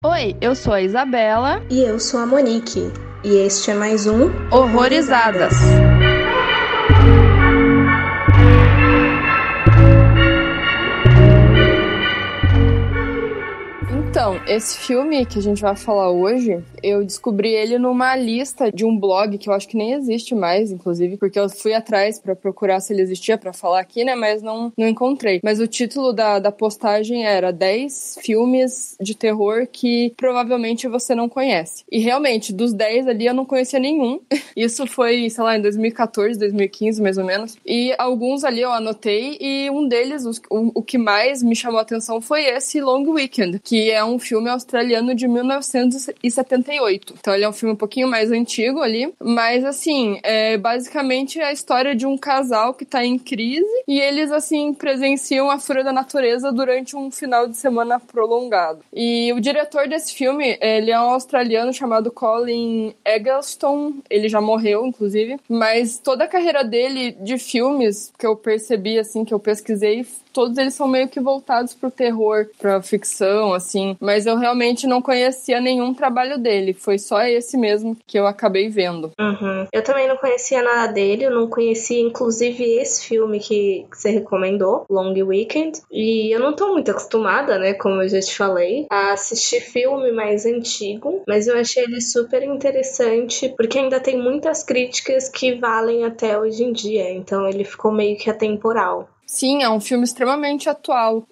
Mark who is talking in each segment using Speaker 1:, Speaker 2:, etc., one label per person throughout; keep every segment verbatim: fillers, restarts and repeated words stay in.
Speaker 1: Oi, eu sou a Isabela.
Speaker 2: E eu sou a Monique. E este é mais um
Speaker 1: Horrorizadas. Então, esse filme que a gente vai falar hoje, eu descobri ele numa lista de um blog que eu acho que nem existe mais, inclusive, porque eu fui atrás pra procurar se ele existia pra falar aqui, né, mas não, não encontrei. Mas o título da, da postagem era dez filmes de terror que provavelmente você não conhece. E realmente, dos dez ali eu não conhecia nenhum. Isso foi, sei lá, em dois mil e catorze, dois mil e quinze, mais ou menos. E alguns ali eu anotei e um deles, o, o que mais me chamou a atenção foi esse Long Weekend, que é um filme australiano de mil novecentos e setenta e oito. Então ele é um filme um pouquinho mais antigo ali, mas assim, é basicamente a história de um casal que tá em crise e eles assim presenciam a fúria da natureza durante um final de semana prolongado. E o diretor desse filme, ele é um australiano chamado Colin Eggleston, ele já morreu inclusive, mas toda a carreira dele de filmes que eu percebi assim, que eu pesquisei, todos eles são meio que voltados pro terror, pra ficção, assim. Mas eu realmente não conhecia nenhum trabalho dele. Foi só esse mesmo que eu acabei vendo.
Speaker 2: Uhum. Eu também não conhecia nada dele. Eu não conhecia, inclusive, esse filme que, que você recomendou, Long Weekend. E eu não tô muito acostumada, né, como eu já te falei, a assistir filme mais antigo. Mas eu achei ele super interessante, porque ainda tem muitas críticas que valem até hoje em dia. Então ele ficou meio que atemporal.
Speaker 1: Sim, é um filme extremamente atual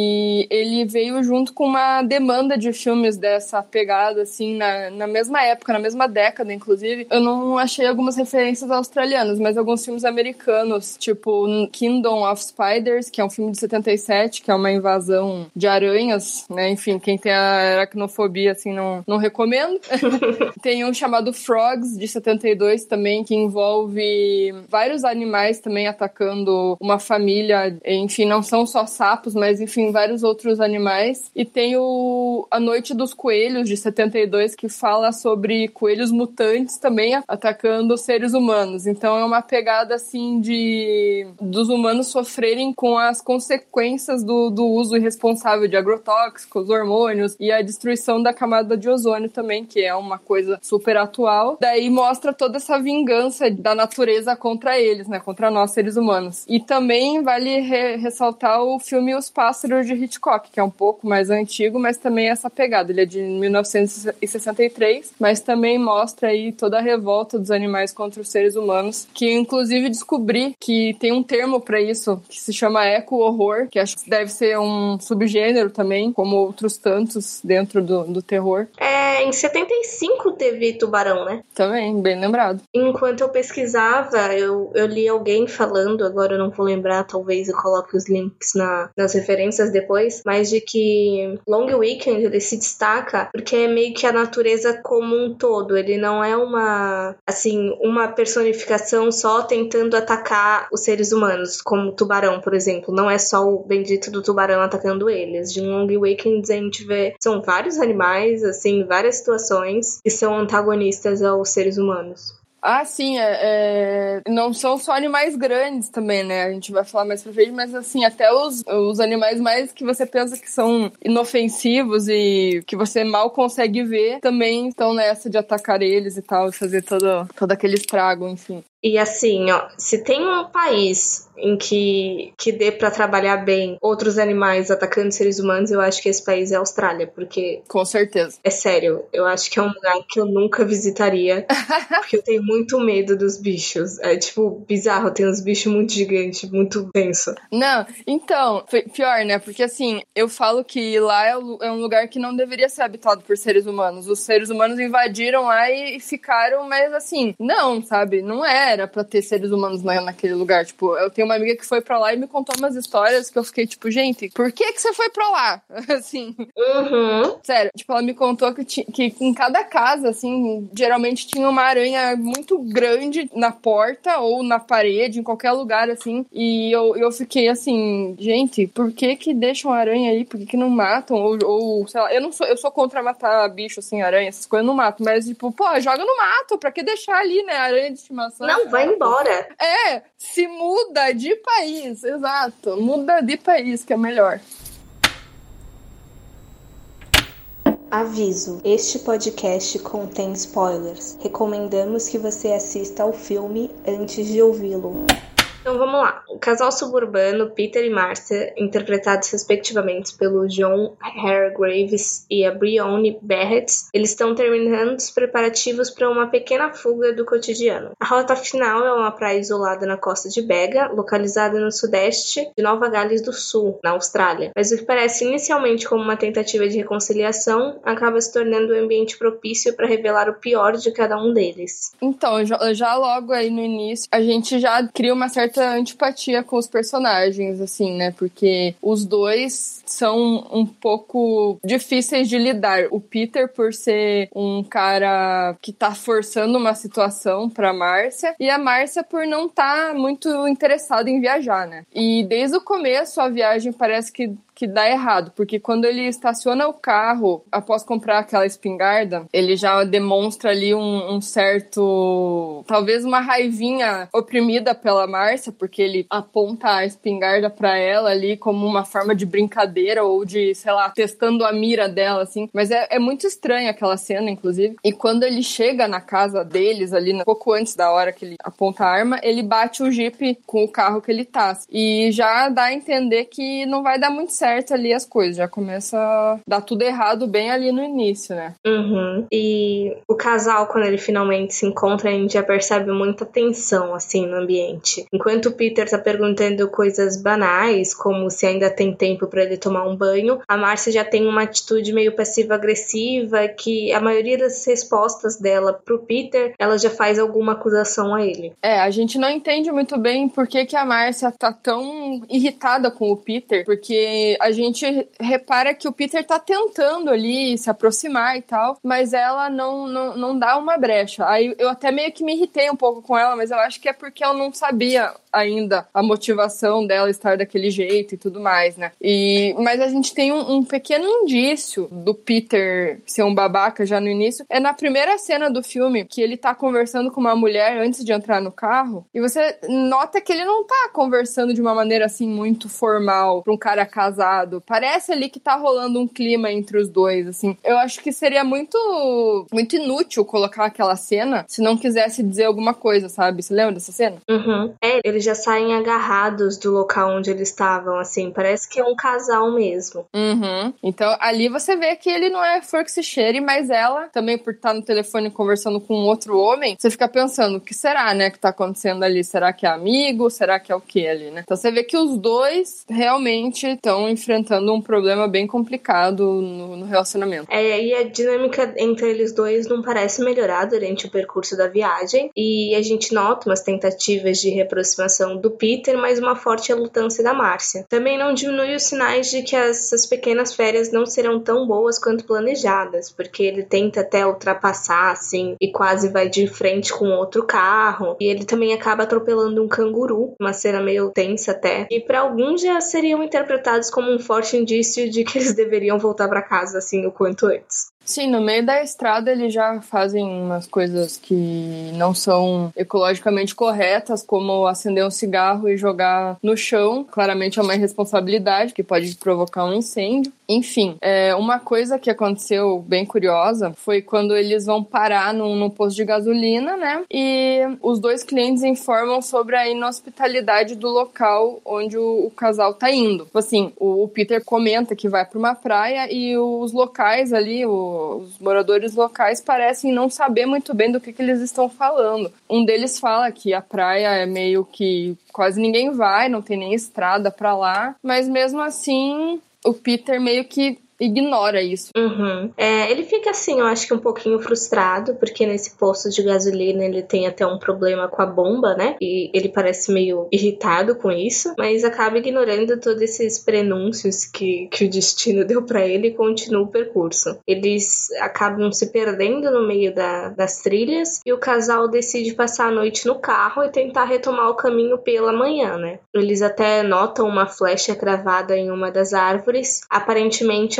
Speaker 1: e ele veio junto com uma demanda de filmes dessa pegada, assim, na, na mesma época, na mesma década, inclusive. Eu não achei algumas referências australianas, mas alguns filmes americanos, tipo Kingdom of Spiders, que é um filme de setenta e sete, que é uma invasão de aranhas, né? Enfim, quem tem a aracnofobia, assim, não, não recomendo. Tem um chamado Frogs, de setenta e dois também, que envolve vários animais também atacando uma família. Enfim, não são só sapos, mas enfim, vários outros animais. E tem o A Noite dos Coelhos, de setenta e dois, que fala sobre coelhos mutantes também atacando seres humanos. Então é uma pegada assim de dos humanos sofrerem com as consequências do, do uso irresponsável de agrotóxicos, hormônios e a destruição da camada de ozônio também, que é uma coisa super atual. Daí mostra toda essa vingança da natureza contra eles, né, contra nós seres humanos. E também vale Re- ressaltar o filme Os Pássaros de Hitchcock, que é um pouco mais antigo, mas também essa pegada. Ele é de mil novecentos e sessenta e três, mas também mostra aí toda a revolta dos animais contra os seres humanos, que inclusive descobri que tem um termo pra isso, que se chama eco-horror, que acho que deve ser um subgênero também, como outros tantos dentro do, do terror.
Speaker 2: É, em setenta e cinco teve Tubarão, né?
Speaker 1: Também, bem lembrado.
Speaker 2: Enquanto eu pesquisava, eu, eu li alguém falando, agora eu não vou lembrar, talvez eu coloque os links na, nas referências depois, mas de que Long Weekend ele se destaca porque é meio que a natureza como um todo, ele não é uma, assim, uma personificação só tentando atacar os seres humanos, como o tubarão, por exemplo, não é só o bendito do tubarão atacando eles. De Long Weekend a gente vê, são vários animais, assim, várias situações que são antagonistas aos seres humanos.
Speaker 1: Ah, sim, é, é, não são só animais grandes também, né? A gente vai falar mais pra frente, mas assim, até os, os animais mais que você pensa que são inofensivos e que você mal consegue ver, também estão nessa de atacar eles e tal, e fazer todo, todo aquele estrago, enfim.
Speaker 2: E assim, ó, se tem um país em que, que dê pra trabalhar bem outros animais atacando seres humanos, eu acho que esse país é a Austrália, porque...
Speaker 1: Com certeza.
Speaker 2: É sério, eu acho que é um lugar que eu nunca visitaria, porque eu tenho muito medo dos bichos. É, tipo, bizarro, tem uns bichos muito gigantes, muito denso.
Speaker 1: Não, então, pior, né? Porque assim, eu falo que lá é um lugar que não deveria ser habitado por seres humanos. Os seres humanos invadiram lá e ficaram, mas assim, não, sabe? Não era pra ter seres humanos na, naquele lugar. Tipo, eu tenho uma amiga que foi pra lá e me contou umas histórias que eu fiquei tipo, gente, por que que você foi pra lá? Assim.
Speaker 2: Uhum.
Speaker 1: Sério, tipo, ela me contou que, t- que em cada casa, assim, geralmente tinha uma aranha muito grande na porta ou na parede, em qualquer lugar, assim. E eu, eu fiquei assim, gente, por que que deixam a aranha aí? Por que que não matam? Ou, ou, sei lá, eu não sou, eu sou contra matar bicho, assim, aranha, essas coisas eu não mato. Mas, tipo, pô, joga no mato, pra que deixar ali, né? Aranha de estimação.
Speaker 2: Não, vai embora.
Speaker 1: É, se muda de país, exato. Muda de país, que é melhor.
Speaker 2: Aviso: este podcast contém spoilers. Recomendamos que você assista ao filme antes de ouvi-lo. Então vamos lá. O casal suburbano, Peter e Marcia, interpretados respectivamente pelo John Hargraves e a Brione Barrett, eles estão terminando os preparativos para uma pequena fuga do cotidiano. A rota final é uma praia isolada na costa de Bega, localizada no sudeste de Nova Gales do Sul, na Austrália. Mas o que parece inicialmente como uma tentativa de reconciliação acaba se tornando um ambiente propício para revelar o pior de cada um deles.
Speaker 1: Então, já, já logo aí no início, a gente já cria uma certa antipatia com os personagens, assim, né? Porque os dois são um pouco difíceis de lidar. O Peter, por ser um cara que tá forçando uma situação pra Marcia, e a Marcia por não tá muito interessada em viajar, né? E desde o começo a viagem parece que que dá errado, porque quando ele estaciona o carro após comprar aquela espingarda, ele já demonstra ali um, um certo, talvez uma raivinha oprimida pela Marcia, porque ele aponta a espingarda pra ela ali como uma forma de brincadeira ou de, sei lá, testando a mira dela, assim. Mas é, é muito estranha aquela cena, inclusive. E quando ele chega na casa deles ali, um pouco antes da hora que ele aponta a arma, ele bate o Jeep com o carro que ele tá. E já dá a entender que não vai dar muito certo certo ali as coisas, já começa a dar tudo errado bem ali no início, né?
Speaker 2: Uhum. E o casal, quando ele finalmente se encontra, a gente já percebe muita tensão, assim, no ambiente. Enquanto o Peter tá perguntando coisas banais, como se ainda tem tempo pra ele tomar um banho, a Marcia já tem uma atitude meio passiva-agressiva, que a maioria das respostas dela pro Peter, ela já faz alguma acusação a ele.
Speaker 1: É, a gente não entende muito bem por que que a Marcia tá tão irritada com o Peter, porque a gente repara que o Peter tá tentando ali se aproximar e tal, mas ela não, não, não dá uma brecha. Aí eu até meio que me irritei um pouco com ela, mas eu acho que é porque eu não sabia ainda a motivação dela estar daquele jeito e tudo mais, né? E, mas a gente tem um, um pequeno indício do Peter ser um babaca já no início. É na primeira cena do filme que ele tá conversando com uma mulher antes de entrar no carro, e você nota que ele não tá conversando de uma maneira assim muito formal pra um cara casado. Parece ali que tá rolando um clima entre os dois, assim. Eu acho que seria muito muito inútil colocar aquela cena se não quisesse dizer alguma coisa, sabe? Você lembra dessa cena?
Speaker 2: Uhum. É, eles já saem agarrados do local onde eles estavam, assim. Parece que é um casal mesmo.
Speaker 1: Uhum. Então, ali você vê que ele não é flor que se cheire, mas ela, também por estar no telefone conversando com um outro homem, você fica pensando, o que será, né, que tá acontecendo ali? Será que é amigo? Será que é o que ali, né? Então você vê que os dois realmente estão enfrentando um problema bem complicado no, no relacionamento.
Speaker 2: É, e a dinâmica entre eles dois não parece melhorar durante o percurso da viagem, e a gente nota umas tentativas de reaproximação do Peter, mas uma forte relutância da Marcia. Também não diminui os sinais de que essas pequenas férias não serão tão boas quanto planejadas, porque ele tenta até ultrapassar, assim, e quase vai de frente com outro carro, e ele também acaba atropelando um canguru, uma cena meio tensa até, e para alguns já seriam interpretados como um forte indício de que eles deveriam voltar para casa, assim, o quanto antes.
Speaker 1: Sim, no meio da estrada eles já fazem umas coisas que não são ecologicamente corretas, como acender um cigarro e jogar no chão. Claramente é uma irresponsabilidade que pode provocar um incêndio. Enfim, é, uma coisa que aconteceu bem curiosa foi quando eles vão parar num, num posto de gasolina, né? E os dois clientes informam sobre a inhospitalidade do local onde o, o casal tá indo. Assim, o, o Peter comenta que vai pra uma praia e os locais ali, o os moradores locais parecem não saber muito bem do que, que eles estão falando. Um deles fala que a praia é meio que quase ninguém vai, não tem nem estrada pra lá, mas mesmo assim o Peter meio que ignora isso.
Speaker 2: Uhum. É, ele fica assim, eu acho que um pouquinho frustrado, porque nesse posto de gasolina ele tem até um problema com a bomba, né? E ele parece meio irritado com isso, mas acaba ignorando todos esses prenúncios que, que o destino deu pra ele e continua o percurso. Eles acabam se perdendo no meio da, das trilhas e o casal decide passar a noite no carro e tentar retomar o caminho pela manhã, né? Eles até notam uma flecha cravada em uma das árvores, aparentemente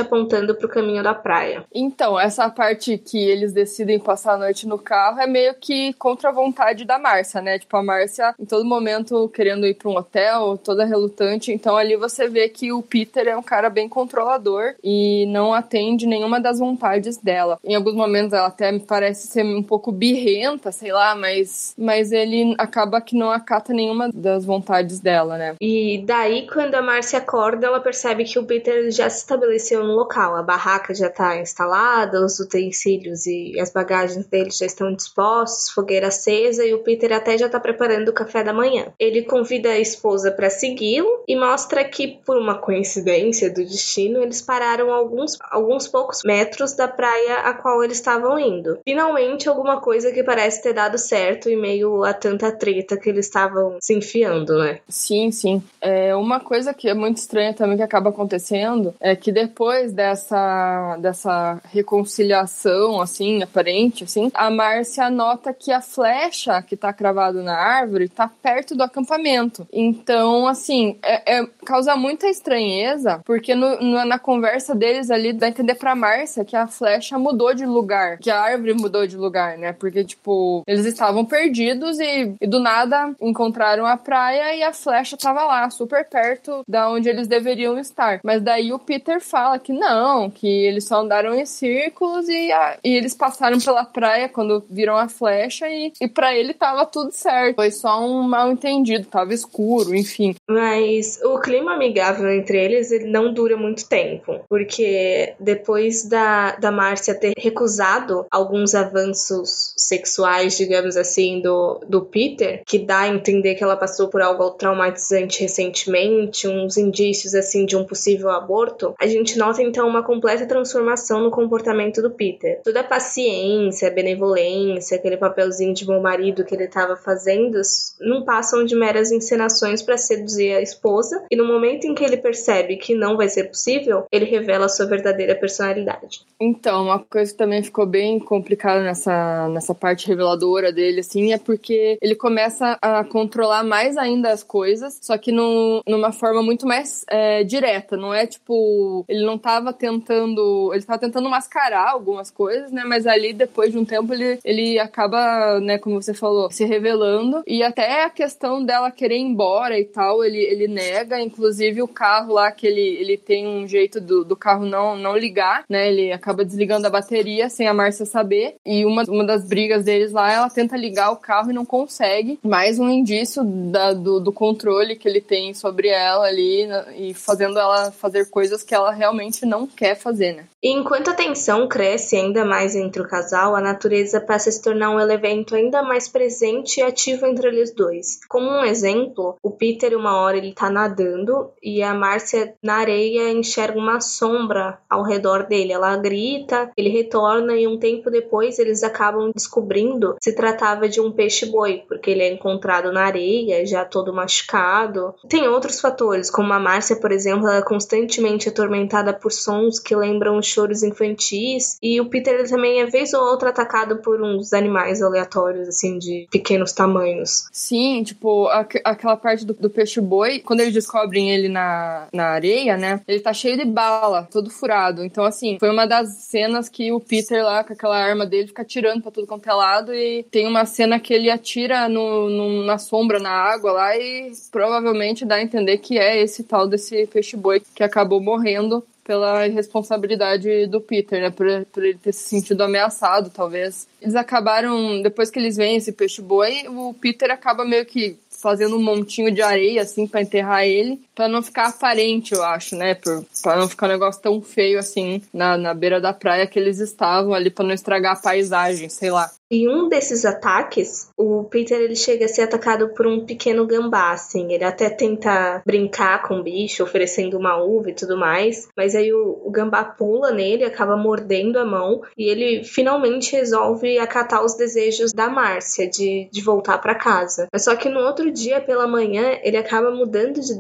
Speaker 2: apontando pro caminho da praia.
Speaker 1: Então, essa parte que eles decidem passar a noite no carro é meio que contra a vontade da Márcia, né? Tipo, a Márcia, em todo momento, querendo ir pra um hotel, toda relutante. Então, ali você vê que o Peter é um cara bem controlador e não atende nenhuma das vontades dela. Em alguns momentos, ela até me parece ser um pouco birrenta, sei lá, mas, mas ele acaba que não acata nenhuma das vontades dela, né?
Speaker 2: E daí, quando a Márcia acorda, ela percebe que o Peter já se estabeleceu no local. A barraca já tá instalada, os utensílios e as bagagens dele já estão dispostos, fogueira acesa, e o Peter até já tá preparando o café da manhã. Ele convida a esposa para segui-lo e mostra que, por uma coincidência do destino, eles pararam a alguns, alguns poucos metros da praia a qual eles estavam indo. Finalmente, alguma coisa que parece ter dado certo em meio a tanta treta que eles estavam se enfiando, né?
Speaker 1: Sim, sim. É, uma coisa que é muito estranha também que acaba acontecendo é que depois dessa, dessa reconciliação, assim, aparente, assim, a Márcia nota que a flecha que tá cravada na árvore tá perto do acampamento. Então, assim, é, é, causa muita estranheza, porque no, no, na conversa deles ali dá a entender pra Márcia que a flecha mudou de lugar, que a árvore mudou de lugar, né? Porque, tipo, eles estavam perdidos e, e do nada encontraram a praia e a flecha tava lá, super perto da onde eles deveriam estar. Mas daí o Peter fala que não, que eles só andaram em círculos e, a, e eles passaram pela praia quando viram a flecha e, e pra ele tava tudo certo. Foi só um mal entendido, tava escuro, enfim.
Speaker 2: Mas o clima amigável entre eles ele não dura muito tempo, porque depois da, da Márcia ter recusado alguns avanços sexuais, digamos assim, do, do Peter, que dá a entender que ela passou por algo traumatizante recentemente, uns indícios assim de um possível aborto, a gente nota então uma completa transformação no comportamento do Peter. Toda a paciência, a benevolência, aquele papelzinho de bom marido que ele estava fazendo, não passam de meras encenações para seduzir a esposa, e no momento em que ele percebe que não vai ser possível, ele revela a sua verdadeira personalidade.
Speaker 1: Então, uma coisa que também ficou bem complicada nessa, nessa parte reveladora dele, assim, é porque ele começa a controlar mais ainda as coisas, só que no, numa forma muito mais é, direta, não é tipo, ele não tava tentando, ele tava tentando mascarar algumas coisas, né, mas ali depois de um tempo ele, ele acaba, né, como você falou, se revelando, e até a questão dela querer ir embora e tal, ele, ele nega, inclusive o carro lá, que ele, ele tem um jeito do, do carro não, não ligar, né, ele acaba desligando a bateria sem a Márcia saber, e uma, uma das brigas deles lá, ela tenta ligar o carro e não consegue, mais um indício da, do, do controle que ele tem sobre ela ali, né, e fazendo ela fazer coisas que ela realmente não quer fazer, né.
Speaker 2: E enquanto a tensão cresce ainda mais entre o casal, a natureza passa a se tornar um elemento ainda mais presente e ativo entre eles dois. Como um exemplo, o Peter uma hora ele tá nadando e a Márcia na areia enxerga uma sombra ao redor dele. Ela grita, ele retorna e um tempo depois eles acabam descobrindo que se tratava de um peixe-boi, porque ele é encontrado na areia, já todo machucado. Tem outros fatores, como a Márcia, por exemplo, ela é constantemente atormentada por sons que lembram choros infantis, e o Peter ele também é vez ou outra atacado por uns animais aleatórios, assim, de pequenos tamanhos.
Speaker 1: Sim, tipo, a, aquela parte do, do peixe-boi, quando eles descobrem ele na, na areia, né, ele tá cheio de bala, todo furado. Então, assim, foi uma das cenas que o Peter lá, com aquela arma dele, fica atirando pra tudo quanto é lado, e tem uma cena que ele atira no, no, na sombra, na água lá, e provavelmente dá a entender que é esse tal desse peixe-boi que acabou morrendo pela irresponsabilidade do Peter, né, por, por ele ter se sentido ameaçado, talvez. Eles acabaram, depois que eles veem esse peixe-boi, o Peter acaba meio que fazendo um montinho de areia, assim, pra enterrar ele, pra não ficar aparente, eu acho, né, por, pra não ficar um negócio tão feio, assim, na, na beira da praia que eles estavam ali, pra não estragar a paisagem, sei lá.
Speaker 2: Em um desses ataques, o Peter ele chega a ser atacado por um pequeno gambá, assim. Ele até tenta brincar com o bicho, oferecendo uma uva e tudo mais, mas aí o, o gambá pula nele, acaba mordendo a mão, e ele finalmente resolve acatar os desejos da Márcia de, de voltar para casa. Mas só que no outro dia, pela manhã, ele acaba mudando de ideia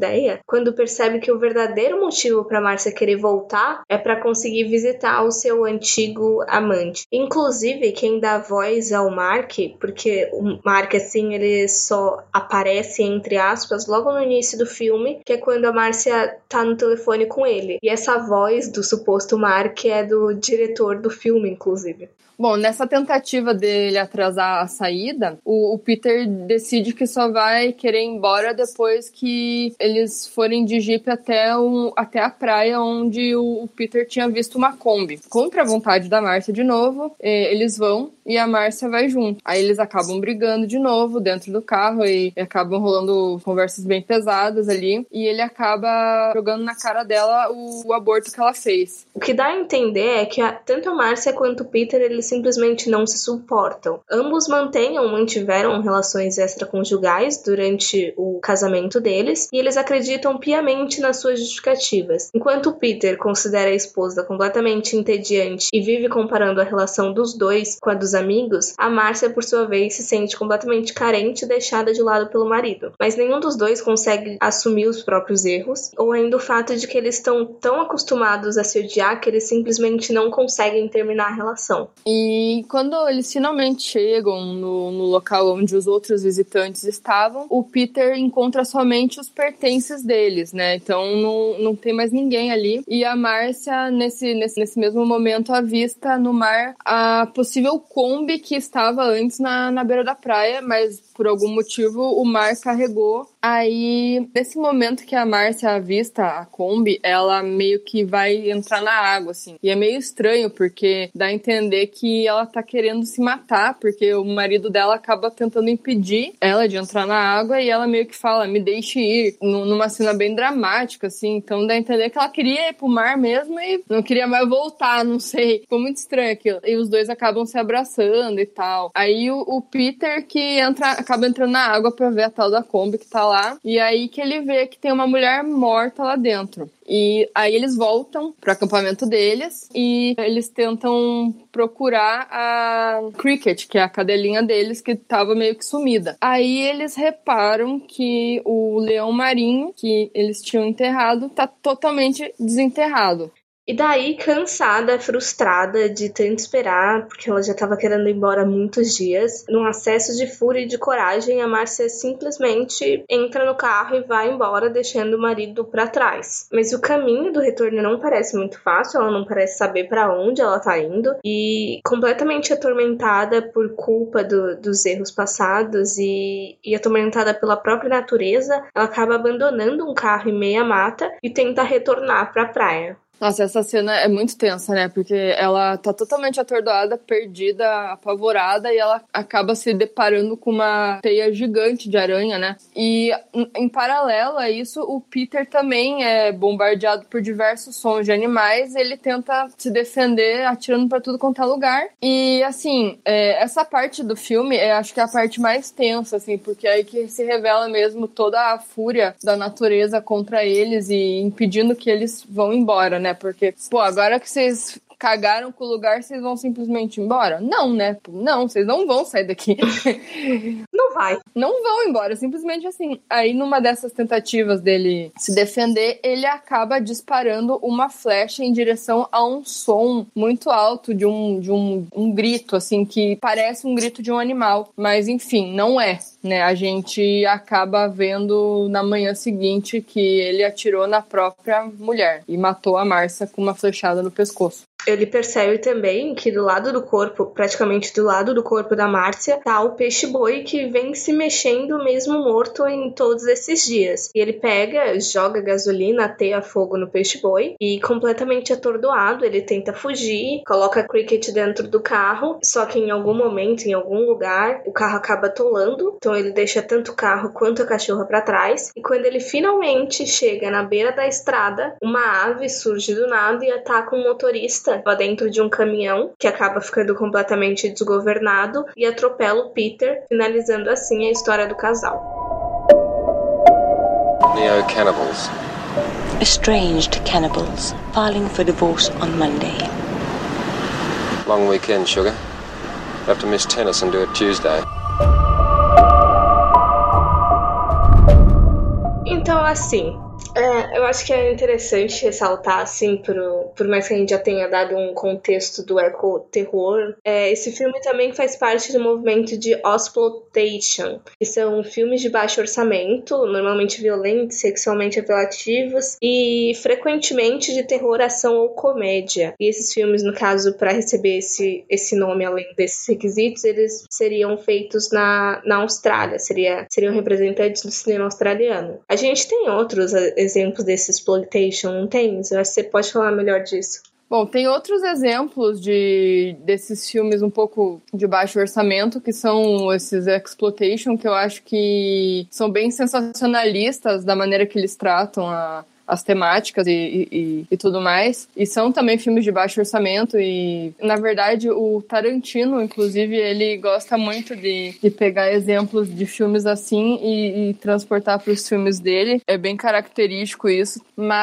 Speaker 2: quando percebe que o verdadeiro motivo para Márcia querer voltar é para conseguir visitar o seu antigo amante. Inclusive, quem dá voz ao Mark, porque o Mark, assim, ele só aparece, entre aspas, logo no início do filme, que é quando a Márcia tá no telefone com ele. E essa voz do suposto Mark é do diretor do filme, inclusive.
Speaker 1: Bom, nessa tentativa dele atrasar a saída, o, o Peter decide que só vai querer ir embora depois que eles forem de Jeep até, um, até a praia onde o, o Peter tinha visto uma Kombi. Contra a vontade da Márcia de novo, eh, eles vão e a Márcia vai junto. Aí eles acabam brigando de novo dentro do carro e, e acabam rolando conversas bem pesadas ali. E ele acaba jogando na cara dela o, o aborto que ela fez.
Speaker 2: O que dá a entender é que a, tanto a Márcia quanto o Peter, eles simplesmente não se suportam. Ambos mantêm ou mantiveram relações extraconjugais durante o casamento deles e eles acreditam piamente nas suas justificativas. Enquanto o Peter considera a esposa completamente entediante e vive comparando a relação dos dois com a dos amigos, a Márcia, por sua vez, se sente completamente carente e deixada de lado pelo marido. Mas nenhum dos dois consegue assumir os próprios erros, ou ainda o fato de que eles estão tão acostumados a se odiar que eles simplesmente não conseguem terminar a relação.
Speaker 1: E quando eles finalmente chegam no, no local onde os outros visitantes estavam, o Peter encontra somente os pertences deles, né? Então não, não tem mais ninguém ali. E a Márcia, nesse, nesse, nesse mesmo momento, avista no mar a possível Kombi que estava antes na, na beira da praia, mas por algum motivo o mar carregou. Aí, nesse momento que a Márcia avista a Kombi, ela meio que vai entrar na água, assim. E é meio estranho, porque dá a entender que ela tá querendo se matar, porque o marido dela acaba tentando impedir ela de entrar na água e ela meio que fala, me deixe ir, numa cena bem dramática, assim. Então dá a entender que ela queria ir pro mar mesmo e não queria mais voltar, não sei. Ficou muito estranho aquilo. E os dois acabam se abraçando e tal. Aí o, o Peter que entra, acaba entrando na água pra ver a tal da Kombi que tá lá. E aí que ele vê que tem uma mulher morta lá dentro. E aí eles voltam pro acampamento deles e eles tentam procurar a Cricket, que é a cadelinha deles, que tava meio que sumida. Aí eles reparam que o leão marinho que eles tinham enterrado tá totalmente desenterrado.
Speaker 2: E daí, cansada, frustrada de tanto esperar, porque ela já estava querendo ir embora há muitos dias, num acesso de fúria e de coragem, a Márcia simplesmente entra no carro e vai embora, deixando o marido para trás. Mas o caminho do retorno não parece muito fácil, ela não parece saber para onde ela tá indo, e completamente atormentada por culpa do, dos erros passados e, e atormentada pela própria natureza, ela acaba abandonando um carro em meia mata e tenta retornar para a praia.
Speaker 1: Nossa, essa cena é muito tensa, né? Porque ela tá totalmente atordoada, perdida, apavorada, e ela acaba se deparando com uma teia gigante de aranha, né? E em paralelo a isso, o Peter também é bombardeado por diversos sons de animais, e ele tenta se defender atirando pra tudo quanto é lugar. E, assim, é, essa parte do filme, eu acho que é a parte mais tensa, assim, porque é aí que se revela mesmo toda a fúria da natureza contra eles e impedindo que eles vão embora, né? Porque, pô, agora que vocês cagaram com o lugar, vocês vão simplesmente embora? Não, né? Não, vocês não vão sair daqui.
Speaker 2: Não vai.
Speaker 1: Não vão embora, simplesmente assim. Aí, numa dessas tentativas dele se defender, ele acaba disparando uma flecha em direção a um som muito alto de um, de um, um grito, assim, que parece um grito de um animal. Mas, enfim, não é, né? A gente acaba vendo na manhã seguinte que ele atirou na própria mulher e matou a Márcia com uma flechada no pescoço.
Speaker 2: Ele percebe também que do lado do corpo, praticamente do lado do corpo da Márcia, tá o peixe-boi que vem se mexendo mesmo morto em todos esses dias. E ele pega, joga gasolina, ateia fogo no peixe-boi e, completamente atordoado, ele tenta fugir, coloca a Cricket dentro do carro, só que em algum momento, em algum lugar, o carro acaba atolando, então ele deixa tanto o carro quanto a cachorra pra trás, e quando ele finalmente chega na beira da estrada, uma ave surge do nada e ataca um motorista lá dentro de um caminhão, que acaba ficando completamente desgovernado e atropela o Peter, finalizando assim a história do casal.
Speaker 3: Neo-cannibals.
Speaker 4: Estranged cannibals filing for divorce on Monday.
Speaker 3: Long weekend, sugar. Have to miss tennis and do it Tuesday.
Speaker 2: Então, assim, É, eu acho que é interessante ressaltar, assim, por, por mais que a gente já tenha dado um contexto do ecoterror, é, esse filme também faz parte do movimento de exploitation, que são filmes de baixo orçamento, normalmente violentos, sexualmente apelativos e frequentemente de terror, ação ou comédia. E esses filmes, no caso, para receber esse, esse nome, além desses requisitos, eles seriam feitos na, na Austrália, seria, seriam representantes do cinema australiano. A gente tem outros exemplos desse exploitation, não tem? Eu acho que você pode falar melhor disso.
Speaker 1: Bom, tem outros exemplos de, desses filmes um pouco de baixo orçamento, que são esses exploitation, que eu acho que são bem sensacionalistas da maneira que eles tratam a, as temáticas e, e, e tudo mais. E são também filmes de baixo orçamento e, na verdade, o Tarantino, inclusive, ele gosta muito de, de pegar exemplos de filmes assim e, e transportar para os filmes dele. É bem característico isso,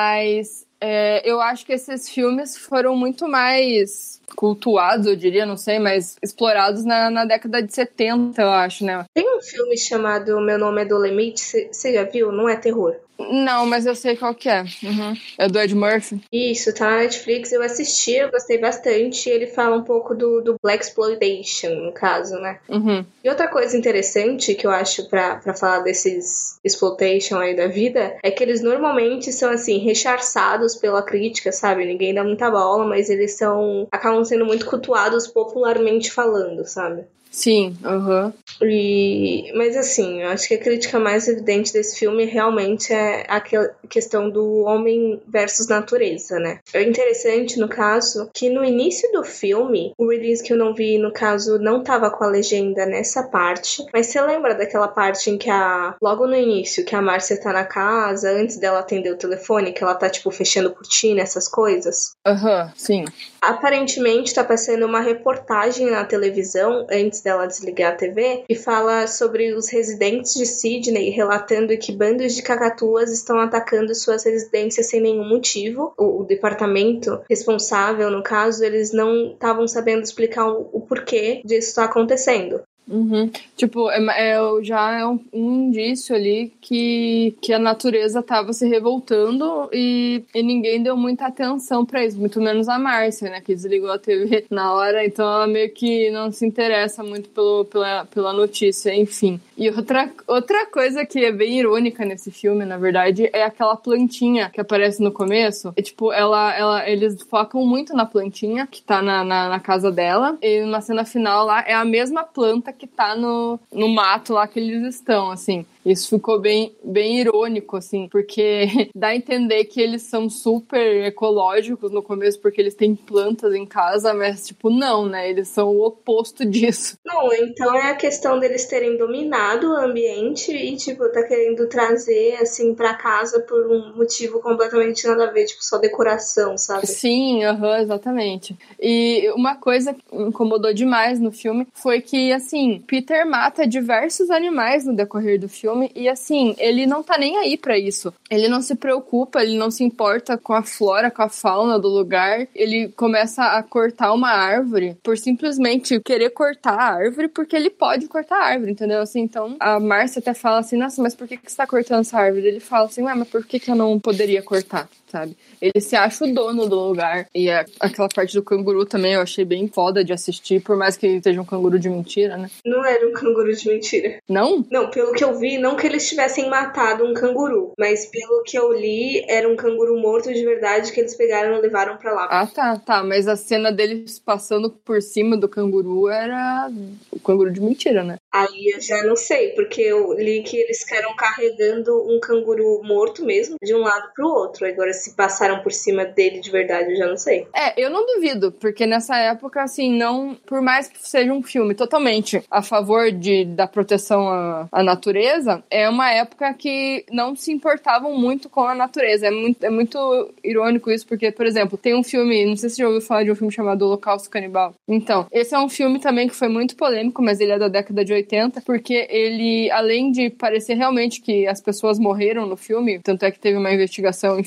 Speaker 1: mas é, eu acho que esses filmes foram muito mais cultuados, eu diria, não sei, mas explorados na, na década de setenta, eu acho, né?
Speaker 2: Tem um filme chamado Meu Nome é Dolemite, você já viu? Não é terror?
Speaker 1: Não, mas eu sei qual que é. Uhum. É do Ed Murphy.
Speaker 2: Isso, tá na Netflix. Eu assisti, eu gostei bastante. Ele fala um pouco do, do Black Exploitation, no caso, né?
Speaker 1: Uhum.
Speaker 2: E outra coisa interessante que eu acho pra, pra falar desses exploitation aí da vida é que eles normalmente são, assim, rechaçados pela crítica, sabe? Ninguém dá muita bola, mas eles são... acabam sendo muito cultuados popularmente falando, sabe?
Speaker 1: Sim, aham. Uhum.
Speaker 2: E... Mas assim, eu acho que a crítica mais evidente desse filme realmente é a questão do homem versus natureza, né? É interessante, no caso, que no início do filme, o release que eu não vi, no caso, não tava com a legenda nessa parte, mas você lembra daquela parte em que a... logo no início, que a Márcia tá na casa, antes dela atender o telefone, que ela tá, tipo, fechando cortina, essas coisas?
Speaker 1: Aham, uhum, sim.
Speaker 2: Aparentemente tá passando uma reportagem na televisão, antes dela desligar a T V, e fala sobre os residentes de Sydney, relatando que bandos de cacatuas estão atacando suas residências sem nenhum motivo. O, o departamento responsável, no caso, eles não estavam sabendo explicar o, o porquê disso estar acontecendo.
Speaker 1: Uhum. Tipo, é, é, já é um, um indício ali que, que a natureza tava se revoltando e, e ninguém deu muita atenção pra isso, muito menos a Márcia, né, que desligou a T V na hora, então ela meio que não se interessa muito pelo, pela, pela notícia, enfim. E outra, outra coisa que é bem irônica nesse filme, na verdade, é aquela plantinha que aparece no começo. É, tipo, ela, ela, eles focam muito na plantinha que tá na, na, na casa dela, e numa cena final lá é a mesma planta que tá no, no mato lá que eles estão, assim. Isso ficou bem, bem irônico, assim, porque dá a entender que eles são super ecológicos no começo, porque eles têm plantas em casa, mas, tipo, não, né? Eles são o oposto disso.
Speaker 2: Não, então é a questão deles terem dominado o ambiente e, tipo, tá querendo trazer, assim, pra casa por um motivo completamente nada a ver, tipo, só decoração, sabe?
Speaker 1: Sim, aham, uhum, exatamente. E uma coisa que me incomodou demais no filme foi que, assim, Peter mata diversos animais no decorrer do filme. E assim, ele não tá nem aí pra isso. Ele não se preocupa, ele não se importa com a flora, com a fauna do lugar. Ele começa a cortar uma árvore por simplesmente querer cortar a árvore porque ele pode cortar a árvore, entendeu? Assim, então a Márcia até fala assim, nossa, mas por que, que você tá cortando essa árvore? Ele fala assim, ué, mas por que, que eu não poderia cortar? Sabe? Ele se acha o dono do lugar. E a, aquela parte do canguru também eu achei bem foda de assistir, por mais que seja um canguru de mentira, né?
Speaker 2: Não era um canguru de mentira.
Speaker 1: Não?
Speaker 2: Não, pelo que eu vi, não que eles tivessem matado um canguru, mas pelo que eu li, era um canguru morto de verdade que eles pegaram e levaram pra lá.
Speaker 1: Ah, tá, tá. Mas a cena deles passando por cima do canguru era o canguru de mentira, né?
Speaker 2: Aí eu já não sei, porque eu li que eles ficaram carregando um canguru morto mesmo, de um lado pro outro. Agora, se passaram por cima dele de verdade, eu já não sei.
Speaker 1: É, eu não duvido, porque nessa época, assim, não... Por mais que seja um filme totalmente a favor de, da proteção à, à natureza, é uma época que não se importavam muito com a natureza. É muito, é muito irônico isso, porque, por exemplo, tem um filme, não sei se você já ouviu falar de um filme chamado Holocausto Canibal. Então, esse é um filme também que foi muito polêmico, mas ele é da década de oitenta, porque ele, além de parecer realmente que as pessoas morreram no filme, tanto é que teve uma investigação, enfim,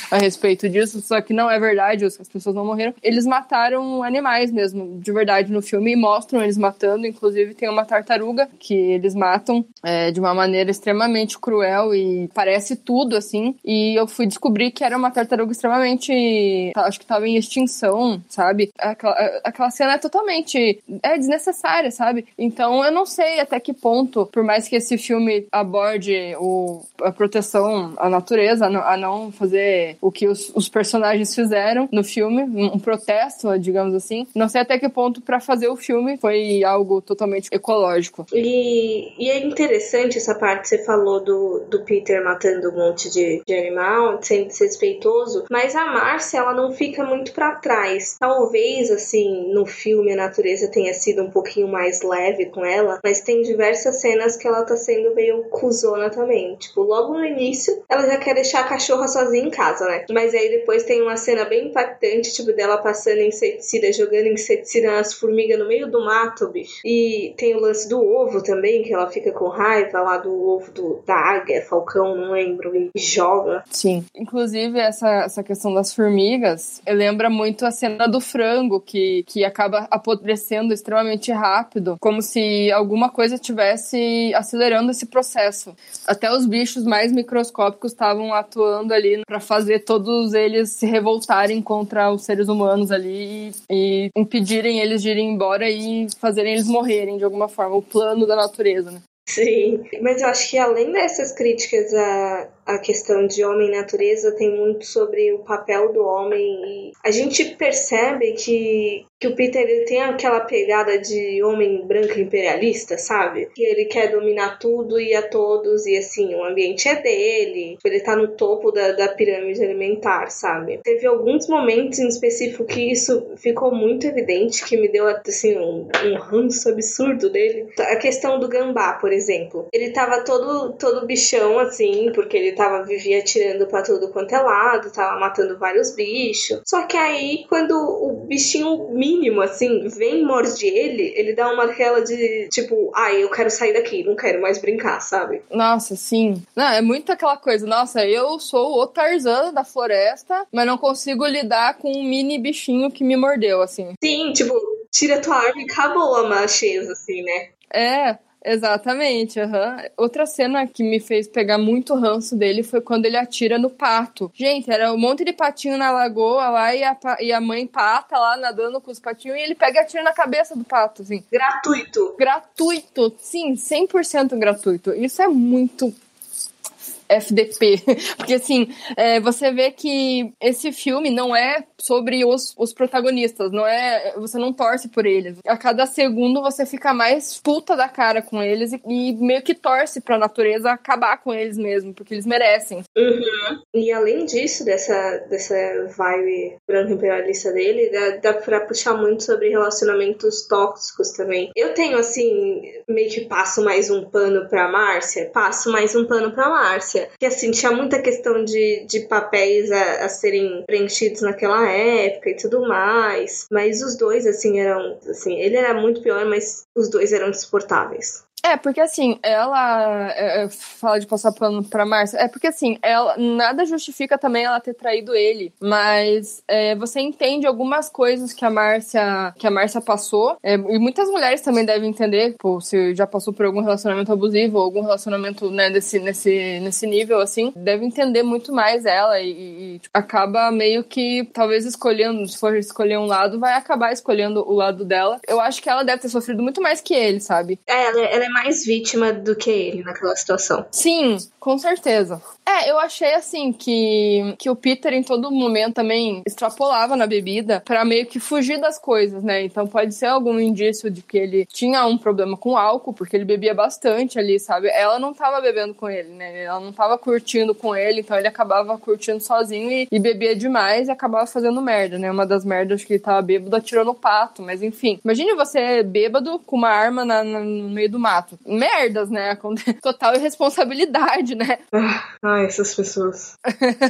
Speaker 1: a respeito disso, só que não é verdade, as pessoas não morreram. Eles mataram animais mesmo, de verdade, no filme, e mostram eles matando. Inclusive tem uma tartaruga que eles matam é, de uma maneira extremamente cruel e parece tudo, assim. E eu fui descobrir que era uma tartaruga extremamente, acho que tava em extinção, sabe? Aquela, aquela cena é totalmente é desnecessária, sabe? Então eu não sei até que ponto, por mais que esse filme aborde o, a proteção à natureza, a não, a não fazer o que os, os personagens fizeram no filme, um protesto, digamos assim, não sei até que ponto pra fazer o filme foi algo totalmente ecológico.
Speaker 2: E, e é interessante essa parte que você falou do, do Peter matando um monte de, de animal, sendo desrespeitoso, mas a Márcia, ela não fica muito pra trás. Talvez, assim, no filme a natureza tenha sido um pouquinho mais leve com ela, mas tem diversas cenas que ela tá sendo meio cuzona também. Tipo, logo no início, ela já quer deixar a cachorra sozinha em casa, né? Mas aí depois tem uma cena bem impactante, tipo, dela passando inseticida, jogando inseticida nas formigas no meio do mato, bicho. E tem o lance do ovo também, que ela fica com raiva lá do ovo do, da águia, falcão, não lembro, e joga.
Speaker 1: Sim. Inclusive, essa, essa questão das formigas, lembra muito a cena do frango, que, que acaba apodrecendo extremamente rápido, como se alguma coisa estivesse acelerando esse processo. Até os bichos mais microscópicos estavam atuando ali para fazer todos eles se revoltarem contra os seres humanos ali e, e impedirem eles de irem embora e fazerem eles morrerem de alguma forma. O plano da natureza, né?
Speaker 2: Sim, mas eu acho que além dessas críticas à, à questão de homem e natureza, tem muito sobre o papel do homem. E a gente percebe que, que o Peter ele tem aquela pegada de homem branco imperialista, sabe? Que ele quer dominar tudo e a todos, e assim, o ambiente é dele, ele tá no topo da, da pirâmide alimentar, sabe? Teve alguns momentos em específico que isso ficou muito evidente, que me deu assim, um, um ranço absurdo dele. A questão do gambá, por exemplo. exemplo. Ele tava todo, todo bichão, assim, porque ele tava, vivia atirando pra tudo quanto é lado, tava matando vários bichos. Só que aí, quando o bichinho mínimo, assim, vem e morde ele, ele dá uma aquela de, tipo, ai, ah, eu quero sair daqui, não quero mais brincar, sabe?
Speaker 1: Nossa, sim. Não, é muito aquela coisa, nossa, eu sou o Tarzan da floresta, mas não consigo lidar com um mini bichinho que me mordeu, assim.
Speaker 2: Sim, tipo, tira tua arma e acabou a macheza, assim, né?
Speaker 1: É... Exatamente, uhum. Outra cena que me fez pegar muito ranço dele foi quando ele atira no pato. Gente, era um monte de patinho na lagoa lá e a, e a mãe pata lá nadando com os patinhos e ele pega e atira na cabeça do pato, assim.
Speaker 2: Gratuito.
Speaker 1: Gratuito, sim, cem por cento gratuito. Isso é muito... F D P, porque assim, é, você vê que esse filme não é sobre os, os protagonistas, não é, você não torce por eles, a cada segundo você fica mais puta da cara com eles e, e meio que torce pra natureza acabar com eles mesmo, porque eles merecem.
Speaker 2: Uhum. E além disso, dessa, dessa vibe branco imperialista dele, dá, dá pra puxar muito sobre relacionamentos tóxicos também. Eu tenho assim, meio que passo mais um pano pra Márcia, passo mais um pano pra Márcia, que assim, tinha muita questão de, de papéis a, a serem preenchidos naquela época e tudo mais, mas os dois, assim, eram, assim, ele era muito pior, mas os dois eram insuportáveis.
Speaker 1: É, porque assim, ela é, fala de passar pano pra Márcia, é porque assim, ela, nada justifica também ela ter traído ele, mas é, você entende algumas coisas que a Márcia, que a Márcia passou, é, e muitas mulheres também devem entender, pô, se já passou por algum relacionamento abusivo, ou algum relacionamento, né, desse, nesse, nesse nível, assim, deve entender muito mais ela e, e tipo, acaba meio que, talvez escolhendo, se for escolher um lado, vai acabar escolhendo o lado dela. Eu acho que ela deve ter sofrido muito mais que ele, sabe?
Speaker 2: É, ela, ela é mais vítima do que ele naquela situação.
Speaker 1: Sim, com certeza. É, eu achei assim que, que o Peter em todo momento também extrapolava na bebida pra meio que fugir das coisas, né? Então pode ser algum indício de que ele tinha um problema com álcool, porque ele bebia bastante ali, sabe? Ela não tava bebendo com ele, né? Ela não tava curtindo com ele, então ele acabava curtindo sozinho e, e bebia demais e acabava fazendo merda, né? Uma das merdas que ele tava bêbado atirou no pato, mas enfim. Imagine você bêbado com uma arma na, na, no meio do mato. Merdas, né? Com total irresponsabilidade, né?
Speaker 2: Ai, essas pessoas.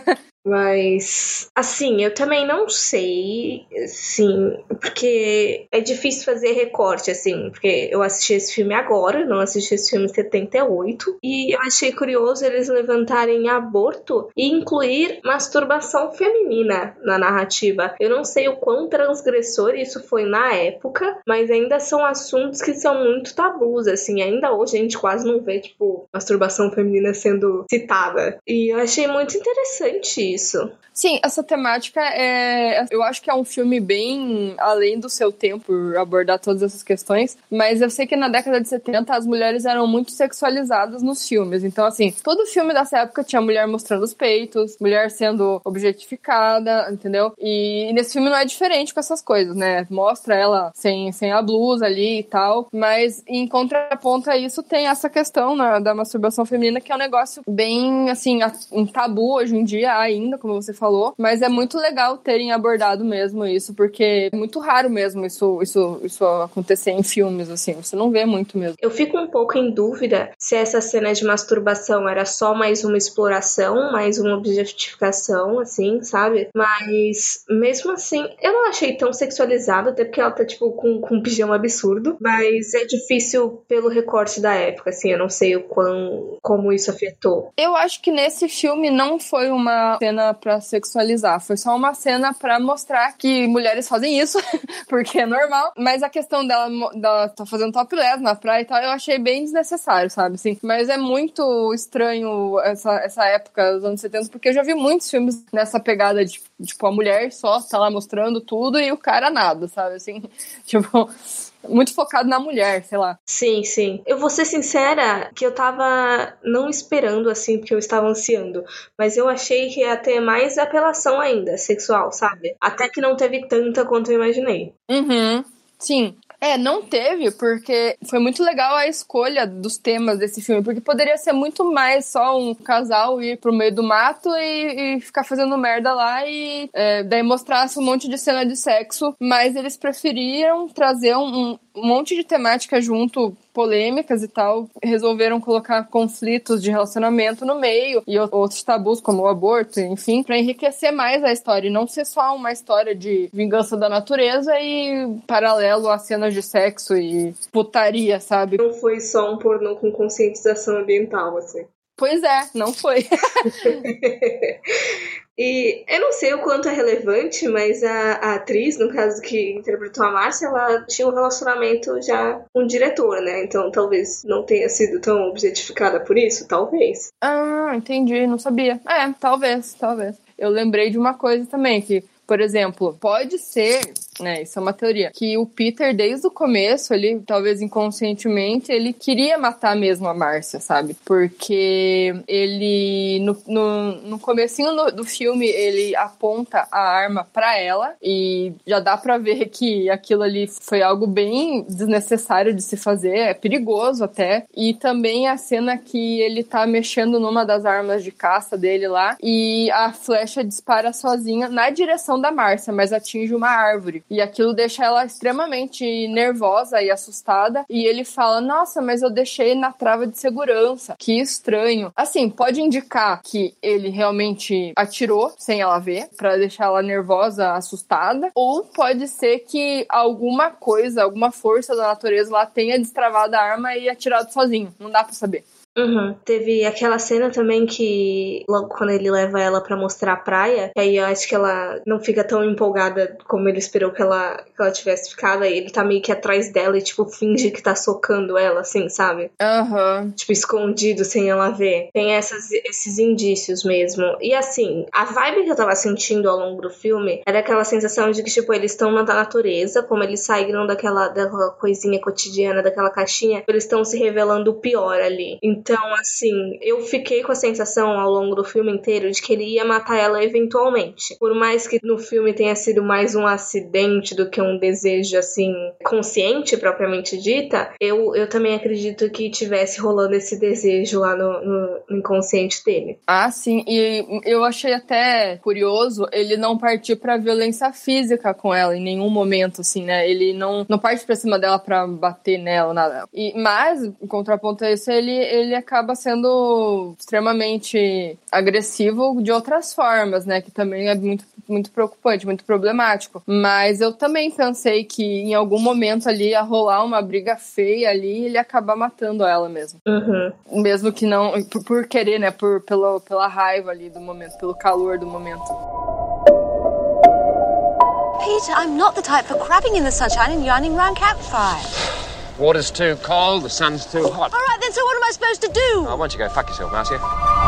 Speaker 2: Mas, assim, eu também não sei, assim, porque é difícil fazer recorte, assim, porque eu assisti esse filme agora, não assisti esse filme em setenta e oito, e eu achei curioso eles levantarem aborto e incluir masturbação feminina na narrativa. Eu não sei o quão transgressor isso foi na época, mas ainda são assuntos que são muito tabus, assim, ainda hoje a gente quase não vê, tipo, masturbação feminina sendo citada. E eu achei muito interessante isso.
Speaker 1: Sim, essa temática é... eu acho que é um filme bem além do seu tempo por abordar todas essas questões, mas eu sei que na década de setenta as mulheres eram muito sexualizadas nos filmes. Então, assim, todo filme dessa época tinha mulher mostrando os peitos, mulher sendo objetificada, entendeu? E nesse filme não é diferente com essas coisas, né? Mostra ela sem, sem a blusa ali e tal, mas em contraponto a isso tem essa questão, né, da masturbação feminina, que é um negócio bem, assim, um tabu hoje em dia ainda, como você falou. Falou, mas é muito legal terem abordado mesmo isso, porque é muito raro mesmo isso, isso, isso acontecer em filmes, assim, você não vê muito mesmo.
Speaker 2: Eu fico um pouco em dúvida se essa cena de masturbação era só mais uma exploração, mais uma objetificação, assim, sabe? Mas, mesmo assim, eu não achei tão sexualizado, até porque ela tá, tipo, com, com um pijama absurdo, mas é difícil pelo recorte da época, assim, eu não sei o quão, como isso afetou.
Speaker 1: Eu acho que nesse filme não foi uma cena pra sexualizar, foi só uma cena pra mostrar que mulheres fazem isso, porque é normal, mas a questão dela, dela tá fazendo topless na praia e tal, eu achei bem desnecessário, sabe, assim, mas é muito estranho essa, essa época dos anos setenta, porque eu já vi muitos filmes nessa pegada de, tipo, a mulher só tá lá mostrando tudo e o cara nada, sabe, assim, tipo... muito focado na mulher, sei lá.
Speaker 2: Sim, sim. Eu vou ser sincera que eu tava não esperando, assim, porque eu estava ansiando. Mas eu achei que ia ter mais apelação ainda, sexual, sabe? Até que não teve tanta quanto eu imaginei.
Speaker 1: Uhum, sim. É, não teve, porque foi muito legal a escolha dos temas desse filme, porque poderia ser muito mais só um casal ir pro meio do mato e, e ficar fazendo merda lá e é, daí mostrasse um monte de cena de sexo, mas eles preferiram trazer um, um monte de temática junto, polêmicas e tal, resolveram colocar conflitos de relacionamento no meio e outros tabus como o aborto, enfim, pra enriquecer mais a história e não ser só uma história de vingança da natureza e paralelo a cenas de sexo e putaria, sabe?
Speaker 2: Não foi só um pornô com conscientização ambiental, assim.
Speaker 1: Pois é, não foi.
Speaker 2: E eu não sei o quanto é relevante, mas a, a atriz, no caso que interpretou a Márcia, ela tinha um relacionamento já com o diretor, né? Então talvez não tenha sido tão objetificada por isso, talvez.
Speaker 1: Ah, entendi, não sabia. É, talvez, talvez. Eu lembrei de uma coisa também, que, por exemplo, pode ser, né, isso é uma teoria, que o Peter, desde o começo, ele, talvez inconscientemente, ele queria matar mesmo a Márcia, sabe? Porque ele, no, no, no comecinho do, do filme, ele aponta a arma pra ela e já dá pra ver que aquilo ali foi algo bem desnecessário de se fazer, é perigoso até. E também a cena que ele tá mexendo numa das armas de caça dele lá e a flecha dispara sozinha na direção da Márcia, mas atinge uma árvore. E aquilo deixa ela extremamente nervosa e assustada. E ele fala, nossa, mas eu deixei na trava de segurança. Que estranho. Assim, pode indicar que ele realmente atirou sem ela ver, pra deixar ela nervosa, assustada. Ou pode ser que alguma coisa, alguma força da natureza lá tenha destravado a arma e atirado sozinho. Não dá pra saber.
Speaker 2: Uhum. Teve aquela cena também que, logo quando ele leva ela pra mostrar a praia, aí eu acho que ela não fica tão empolgada como ele esperou que ela, que ela tivesse ficado, aí ele tá meio que atrás dela e, tipo, finge que tá socando ela, assim, sabe?
Speaker 1: Aham. Uhum.
Speaker 2: Tipo, escondido, sem ela ver. Tem essas, esses indícios mesmo. E, assim, a vibe que eu tava sentindo ao longo do filme era aquela sensação de que, tipo, eles estão na natureza, como eles saíram daquela, daquela coisinha cotidiana, daquela caixinha, eles estão se revelando o pior ali. Então, Então, assim, eu fiquei com a sensação ao longo do filme inteiro de que ele ia matar ela eventualmente. Por mais que no filme tenha sido mais um acidente do que um desejo, assim, consciente, propriamente dita, eu, eu também acredito que tivesse rolando esse desejo lá no, no, no inconsciente dele.
Speaker 1: Ah, sim. E eu achei até curioso ele não partir pra violência física com ela em nenhum momento, assim, né? Ele não, não parte pra cima dela pra bater nela, nada. E, mas, em contraponto a isso, ele, ele acaba sendo extremamente agressivo de outras formas, né? Que também é muito, muito preocupante, muito problemático. Mas eu também pensei que em algum momento ali ia rolar uma briga feia ali e ele ia acabar matando ela mesmo.
Speaker 2: Uhum.
Speaker 1: Mesmo que não... Por, por querer, né? Por, pela, pela raiva ali do momento, pelo calor do momento.
Speaker 5: Peter, I'm not the type for crabbing in the sunshine and yarning round campfire.
Speaker 3: Water's too cold, the sun's too hot.
Speaker 5: All right, then, so what am I supposed to do?
Speaker 3: Oh, why don't you go fuck yourself, Marcia?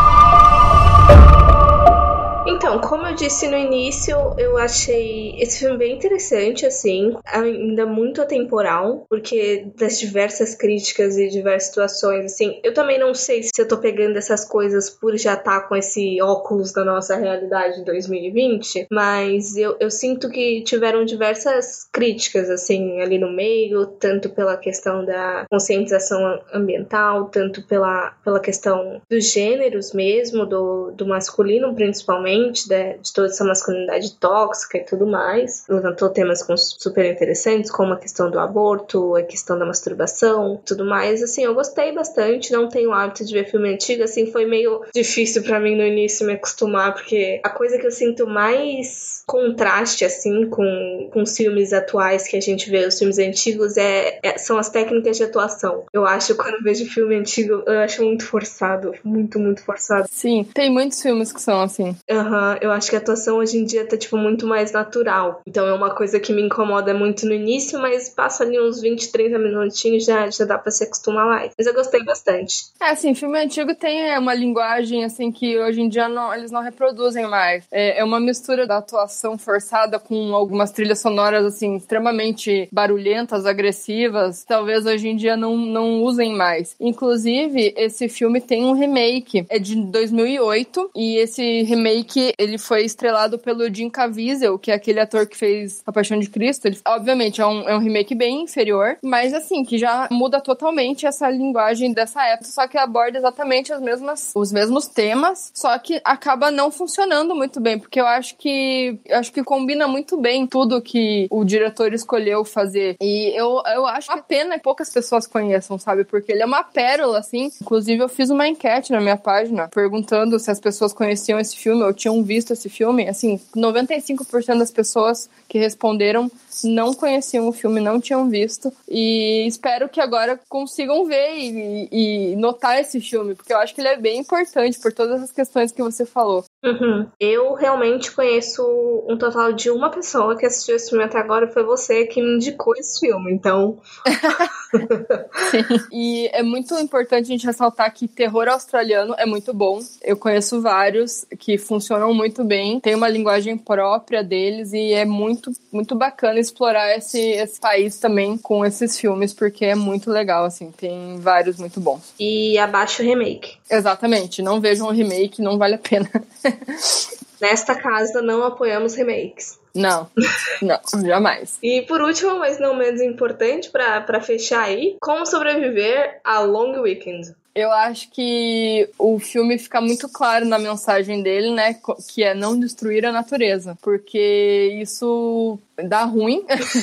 Speaker 2: Então, como eu disse no início, eu achei esse filme bem interessante, assim, ainda muito atemporal, porque das diversas críticas e diversas situações, assim, eu também não sei se eu tô pegando essas coisas por já estar com esse óculos da nossa realidade de dois mil e vinte, mas eu, eu sinto que tiveram diversas críticas, assim, ali no meio, tanto pela questão da conscientização ambiental, tanto pela, pela questão dos gêneros mesmo, do, do masculino principalmente, De, de toda essa masculinidade tóxica e tudo mais. Levantou temas super interessantes, como a questão do aborto, a questão da masturbação, tudo mais. Assim, eu gostei bastante, não tenho hábito de ver filme antigo, assim, foi meio difícil pra mim no início me acostumar, porque a coisa que eu sinto mais contraste, assim, com, com os filmes atuais que a gente vê, os filmes antigos, é, é, são as técnicas de atuação. Eu acho, quando eu vejo filme antigo, eu acho muito forçado, muito, muito forçado.
Speaker 1: Sim, tem muitos filmes que são assim.
Speaker 2: Aham, uhum, eu acho que a atuação hoje em dia tá, tipo, muito mais natural. Então é uma coisa que me incomoda muito no início, mas passa ali uns vinte, trinta minutinhos, já, já dá pra se acostumar mais. Mas eu gostei bastante.
Speaker 1: É, assim, filme antigo tem uma linguagem, assim, que hoje em dia não, eles não reproduzem mais. É, é uma mistura da atuação forçada com algumas trilhas sonoras, assim, extremamente barulhentas, agressivas. Talvez hoje em dia não, não usem mais. Inclusive, esse filme tem um remake. É de dois mil e oito, e esse remake, ele foi estrelado pelo Jim Caviezel, que é aquele ator que fez A Paixão de Cristo. Ele, obviamente, é um, é um remake bem inferior, mas, assim, que já muda totalmente essa linguagem dessa época, só que aborda exatamente as mesmas, os mesmos temas, só que acaba não funcionando muito bem, porque eu acho que eu acho que combina muito bem tudo que o diretor escolheu fazer. E eu, eu acho uma pena que poucas pessoas conheçam, sabe? Porque ele é uma pérola, assim. Inclusive, eu fiz uma enquete na minha página, perguntando se as pessoas conheciam esse filme ou tinham visto esse filme. Assim, noventa e cinco por cento das pessoas que responderam não conheciam o filme, não tinham visto. E espero que agora consigam ver e, e notar esse filme, porque eu acho que ele é bem importante por todas as questões que você falou.
Speaker 2: Uhum. Eu realmente conheço um total de uma pessoa que assistiu esse filme até agora, foi você que me indicou esse filme, então...
Speaker 1: Sim. E é muito importante a gente ressaltar que terror australiano é muito bom. Eu conheço vários que funcionam muito bem, tem uma linguagem própria deles e é muito, muito bacana explorar esse, esse país também com esses filmes, porque é muito legal, assim, tem vários muito bons.
Speaker 2: E abaixo o remake.
Speaker 1: Exatamente, não vejam o remake, não vale a pena.
Speaker 2: Nesta casa não apoiamos remakes.
Speaker 1: Não, não, jamais.
Speaker 2: E por último, mas não menos importante, pra, pra fechar aí, como sobreviver a Long Weekend.
Speaker 1: Eu acho que o filme fica muito claro na mensagem dele, né, que é não destruir a natureza, porque isso dá ruim.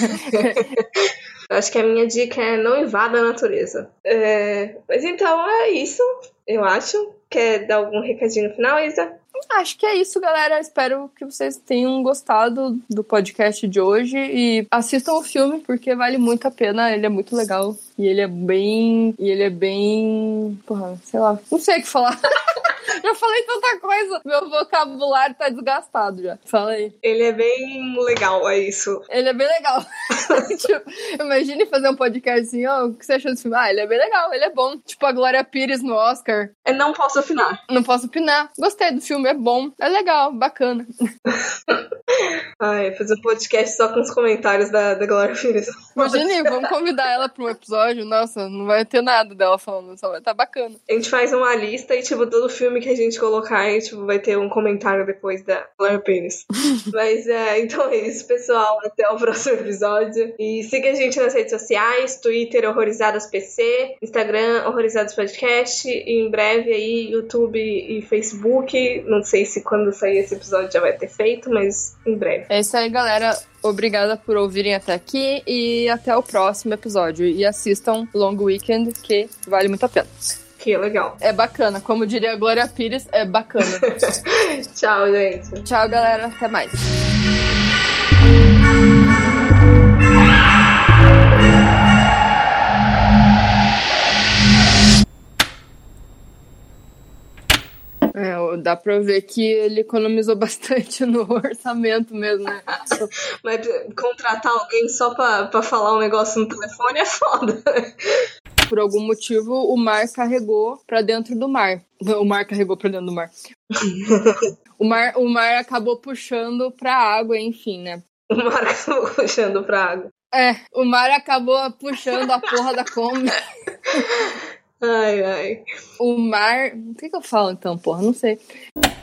Speaker 2: Eu acho que a minha dica é não invada a natureza. É... Mas então é isso, eu acho. Quer dar algum recadinho no final, Isa?
Speaker 1: Acho que é isso, galera. Espero que vocês tenham gostado do podcast de hoje e assistam o filme, porque vale muito a pena. Ele é muito legal e ele é bem... E ele é bem... Porra, sei lá. Não sei o que falar. Já falei tanta coisa. Meu vocabulário tá desgastado já. Fala aí.
Speaker 2: Ele é bem legal, é isso.
Speaker 1: Ele é bem legal. Tipo, imagine fazer um podcast assim, ó, oh, o que você achou desse filme? Ah, ele é bem legal, ele é bom. Tipo a Glória Pires no Oscar.
Speaker 2: Eu não posso opinar.
Speaker 1: Não posso opinar. Gostei do filme, é bom. É legal, bacana.
Speaker 2: Ai, fazer um podcast só com os comentários da, da Glória Pires.
Speaker 1: Imagine, vamos convidar ela pra um episódio. Nossa, não vai ter nada dela falando, só vai estar bacana.
Speaker 2: A gente faz uma lista e, tipo, todo filme que a gente colocar aí, tipo, vai ter um comentário depois da Glória Pires. Mas, é, então é isso, pessoal. Até o próximo episódio. E siga a gente nas redes sociais, Twitter, Horrorizadas P C, Instagram, Horrorizados Podcast, e em breve aí, YouTube e Facebook. Não sei se quando sair esse episódio já vai ter feito, mas em breve.
Speaker 1: É isso aí, galera. Obrigada por ouvirem até aqui e até o próximo episódio. E assistam Long Weekend, que vale muito a pena.
Speaker 2: Que legal.
Speaker 1: É bacana, como diria a Glória Pires, é bacana.
Speaker 2: Tchau, gente.
Speaker 1: Tchau, galera. Até mais. É, dá pra ver que ele economizou bastante no orçamento mesmo, né?
Speaker 2: Mas contratar alguém só pra, pra falar um negócio no telefone é foda.
Speaker 1: Por algum motivo, o mar carregou pra dentro do mar. O mar carregou pra dentro do mar. o, mar o mar acabou puxando pra água, enfim, né?
Speaker 2: O mar acabou puxando pra água.
Speaker 1: É, o mar acabou puxando a porra da Kombi.
Speaker 2: Ai, ai.
Speaker 1: O mar... O que que eu falo então, porra? Não sei.